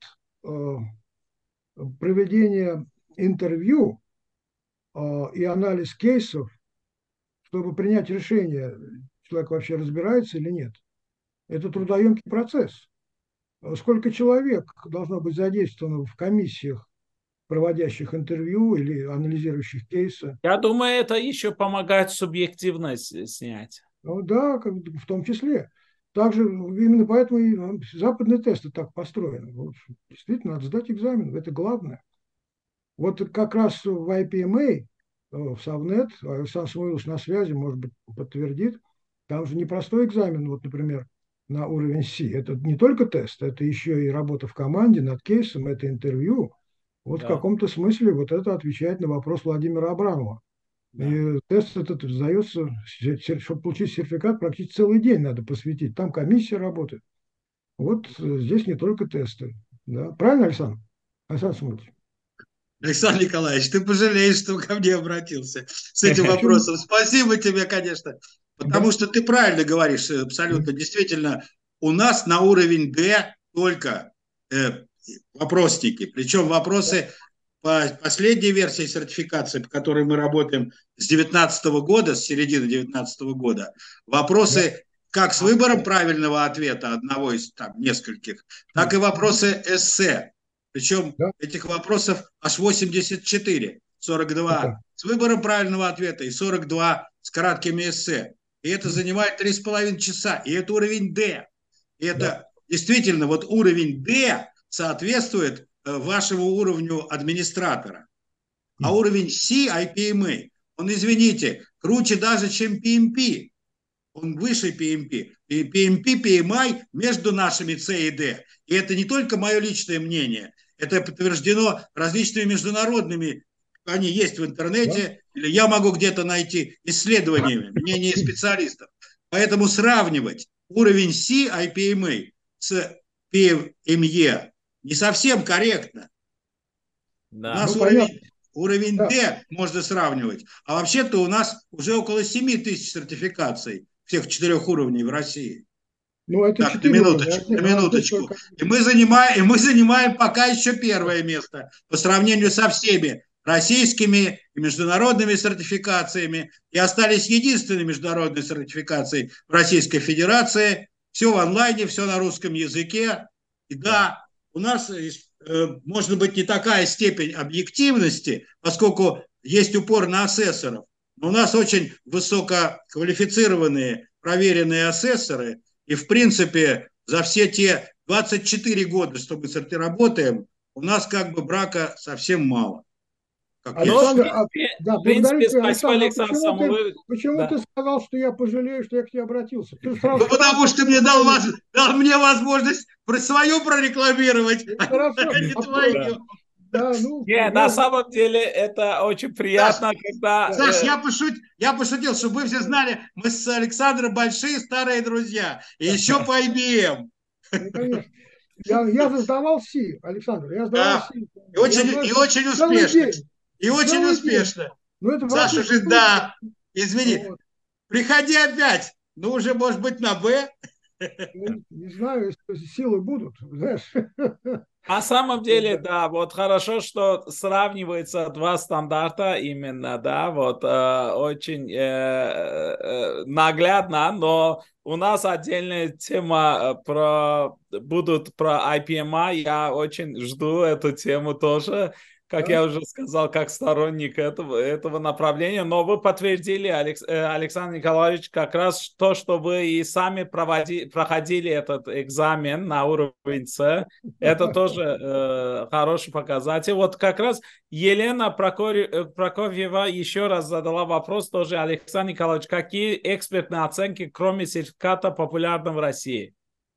[SPEAKER 2] проведение интервью и анализ кейсов, чтобы принять решение, человек вообще разбирается или нет. Это трудоемкий процесс. Сколько человек должно быть задействовано в комиссиях, проводящих интервью или анализирующих кейсы?
[SPEAKER 1] Я думаю, это еще помогает субъективность снять.
[SPEAKER 2] Ну да, в том числе. Также именно поэтому и западные тесты так построены. Вот, действительно, надо сдать экзамен, это главное. Вот как раз в IPMA, в Совнет, Александр Самуилович на связи, может быть, подтвердит, там же непростой экзамен, вот, например, на уровень C. Это не только тест, это еще и работа в команде над кейсом, это интервью. Вот да. В каком-то смысле вот это отвечает на вопрос Владимира Абрамова. Да. И тест этот сдается, чтобы получить сертификат, практически целый день надо посвятить. Там комиссия работает. Вот здесь не только тесты. Да? Правильно, Александр? Александр Самуилович?
[SPEAKER 3] Александр Николаевич, ты пожалеешь, что ко мне обратился с этим вопросом. Спасибо тебе, конечно, потому что ты правильно говоришь, абсолютно. Действительно, у нас на уровень D только вопросники, причем вопросы по последней версии сертификации, по которой мы работаем с 2019 года, с середины 2019 года, вопросы как с выбором правильного ответа, одного из там нескольких, так и вопросы эссе. Причем
[SPEAKER 2] Да?
[SPEAKER 3] этих вопросов аж 84, 42
[SPEAKER 2] Да.
[SPEAKER 3] с выбором правильного ответа и 42 с краткими эссе. И это занимает 3,5 часа. И это уровень D. И это
[SPEAKER 2] Да.
[SPEAKER 3] действительно вот уровень D соответствует вашему уровню администратора. А уровень C, IPMA, он, извините, круче даже, чем PMP. Он выше PMP. И PMP, PMI между нашими C и D. И это не только мое личное мнение. Это подтверждено различными международными, они есть в интернете, или я могу где-то найти исследованиями, мнения специалистов. Поэтому сравнивать уровень C, IPMA с PME не совсем корректно. У
[SPEAKER 1] Да.
[SPEAKER 3] нас
[SPEAKER 2] Ну, понятно.
[SPEAKER 3] уровень
[SPEAKER 2] Да.
[SPEAKER 3] D можно сравнивать. А вообще-то у нас уже около 7 тысяч сертификаций всех 4 уровней в России.
[SPEAKER 2] Ну, это
[SPEAKER 3] Так, на
[SPEAKER 2] 4 уровня.
[SPEAKER 3] минуточку, на минуточку. И мы занимаем пока еще первое место по сравнению со всеми российскими и международными сертификациями. И остались единственной международной сертификацией в Российской Федерации. Все в онлайне, все на русском языке. И да, у нас может быть не такая степень объективности, поскольку есть упор на асессоров. Но у нас очень высококвалифицированные, проверенные асессоры. И, в принципе, за все те 24 года, что мы работаем, у нас как бы брака совсем мало.
[SPEAKER 2] Александр,
[SPEAKER 1] в принципе, спасибо,
[SPEAKER 2] Александр,
[SPEAKER 1] Александр Самуилович.
[SPEAKER 2] почему
[SPEAKER 1] Да.
[SPEAKER 2] ты сказал, что я пожалею, что я к тебе обратился? Ты сразу
[SPEAKER 3] Ну,
[SPEAKER 2] сказал,
[SPEAKER 3] потому что мне дал мне возможность свое прорекламировать,
[SPEAKER 2] хорошо.
[SPEAKER 3] а не
[SPEAKER 1] Да.
[SPEAKER 3] твое.
[SPEAKER 2] Да, ну,
[SPEAKER 1] Нет, на самом деле это очень приятно, когда...
[SPEAKER 3] Саш, я пошутил, чтобы вы все знали, мы с Александром большие старые друзья. И еще по IBM.
[SPEAKER 2] ну, конечно. Я же сдавал СИ, Александр, я сдавал
[SPEAKER 3] Да.
[SPEAKER 2] СИ.
[SPEAKER 3] И очень
[SPEAKER 2] Целый
[SPEAKER 3] успешно.
[SPEAKER 2] день.
[SPEAKER 3] И очень
[SPEAKER 2] Целый день.
[SPEAKER 3] успешно.
[SPEAKER 2] Ну, это
[SPEAKER 3] Саша
[SPEAKER 2] практически
[SPEAKER 3] же, да. Извини,
[SPEAKER 2] вот.
[SPEAKER 3] приходи опять. Ну, уже, может быть, на Б.
[SPEAKER 2] Ну, не знаю, если силы будут, знаешь.
[SPEAKER 1] На самом деле, да, вот хорошо, что сравниваются два стандарта именно, да, вот очень наглядно, но у нас отдельная тема будут про IPMI, я очень жду эту тему тоже, как я уже сказал, как сторонник этого направления, но вы подтвердили, Александр Николаевич, как раз то, что вы и сами проходили этот экзамен на уровень С, это тоже хороший показатель. Вот как раз Елена Прокофьева еще раз задала вопрос тоже, Александр Николаевич, какие экспертные оценки, кроме сертификата, популярны в России?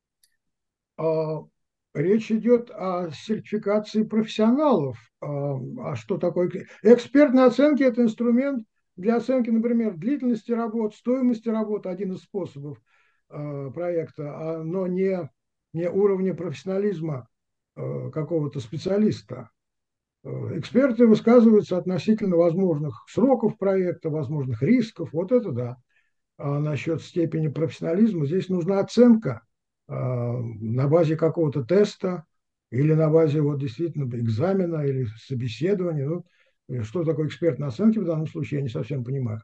[SPEAKER 2] Речь идет о сертификации профессионалов. А что такое? Экспертные оценки – это инструмент для оценки, например, длительности работ, стоимости работы, один из способов проекта, но не уровня профессионализма какого-то специалиста. Эксперты высказываются относительно возможных сроков проекта, возможных рисков. Вот это да. А насчет степени профессионализма здесь нужна оценка на базе какого-то теста или на базе вот действительно экзамена или собеседования. Ну, что такое экспертная оценка в данном случае, я не совсем понимаю.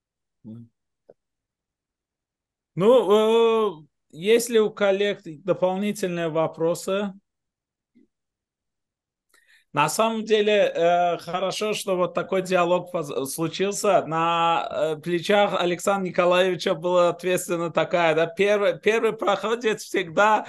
[SPEAKER 1] Ну, если у коллег дополнительные вопросы? На самом деле, хорошо, что вот такой диалог случился. На плечах Александра Николаевича была ответственна такая, да, первый проходит всегда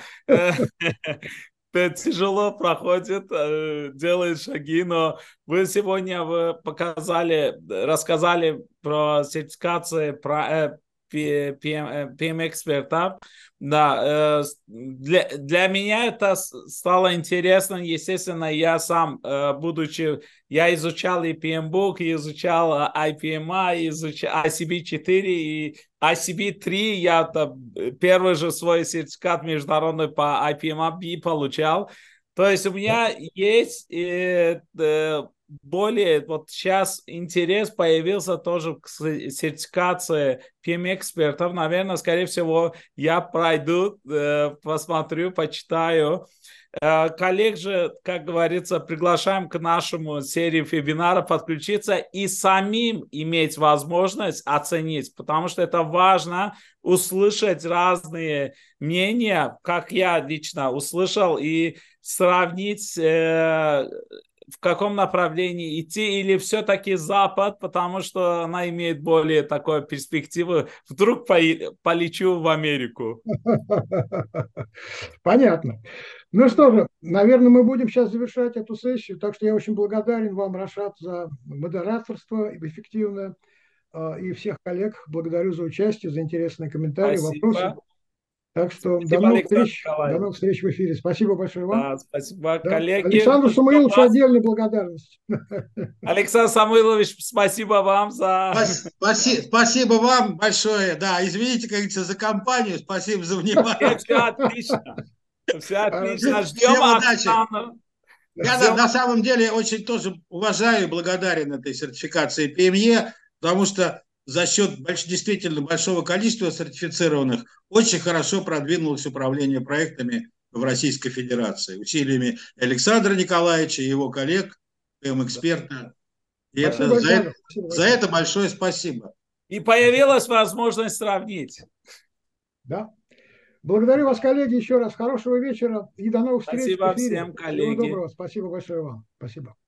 [SPEAKER 1] тяжело проходит, делает шаги, но вы сегодня рассказали про сертификации, про PM-экспертов. Да, для меня это стало интересно. Естественно, я сам, я изучал и PMBOK, и изучал IPMI, изучал ICB-4 и ICB-3. Я первый же свой сертификат международный по IPMI получал. То есть у меня есть более, вот сейчас интерес появился тоже к сертификации PM-экспертов. Наверное, скорее всего, я пройду, посмотрю, почитаю. Коллег же, как говорится, приглашаем к нашему серии вебинаров подключиться и самим иметь возможность оценить, потому что это важно услышать разные мнения, как я лично услышал, и сравнить, в каком направлении идти, или все-таки Запад, потому что она имеет более такую перспективу. Вдруг полечу в Америку.
[SPEAKER 2] Понятно. Ну что же, наверное, мы будем сейчас завершать эту сессию, так что я очень благодарен вам, Рашад, за модераторство эффективное, и всех коллег благодарю за участие, за интересные комментарии, вопросы.
[SPEAKER 1] Спасибо.
[SPEAKER 2] Так что
[SPEAKER 1] Спасибо, Александр
[SPEAKER 2] до
[SPEAKER 1] Николаевич.
[SPEAKER 2] новых встреч в эфире. Спасибо большое вам.
[SPEAKER 1] Да, спасибо,
[SPEAKER 2] Да.
[SPEAKER 1] коллеги.
[SPEAKER 2] Александру Самуиловичу отдельная благодарность.
[SPEAKER 1] Александр Самойлович, спасибо вам за...
[SPEAKER 3] Спасибо вам большое. Да, извините, как говорится, за компанию. Спасибо за внимание.
[SPEAKER 1] Все отлично. Все отлично. Ждем
[SPEAKER 3] Всем удачи.
[SPEAKER 1] Оксану.
[SPEAKER 3] Я на самом деле очень тоже уважаю и благодарен этой сертификации ПМЕ, потому что за счет действительно большого количества сертифицированных очень хорошо продвинулось управление проектами в Российской Федерации усилиями Александра Николаевича и его коллег, ПМ-эксперта. И за это большое спасибо.
[SPEAKER 1] И появилась возможность сравнить.
[SPEAKER 2] Да. Благодарю вас, коллеги, еще раз. Хорошего вечера и до новых встреч в эфире.
[SPEAKER 1] Спасибо всем, коллеги.
[SPEAKER 2] Всего доброго. Спасибо большое вам. Спасибо.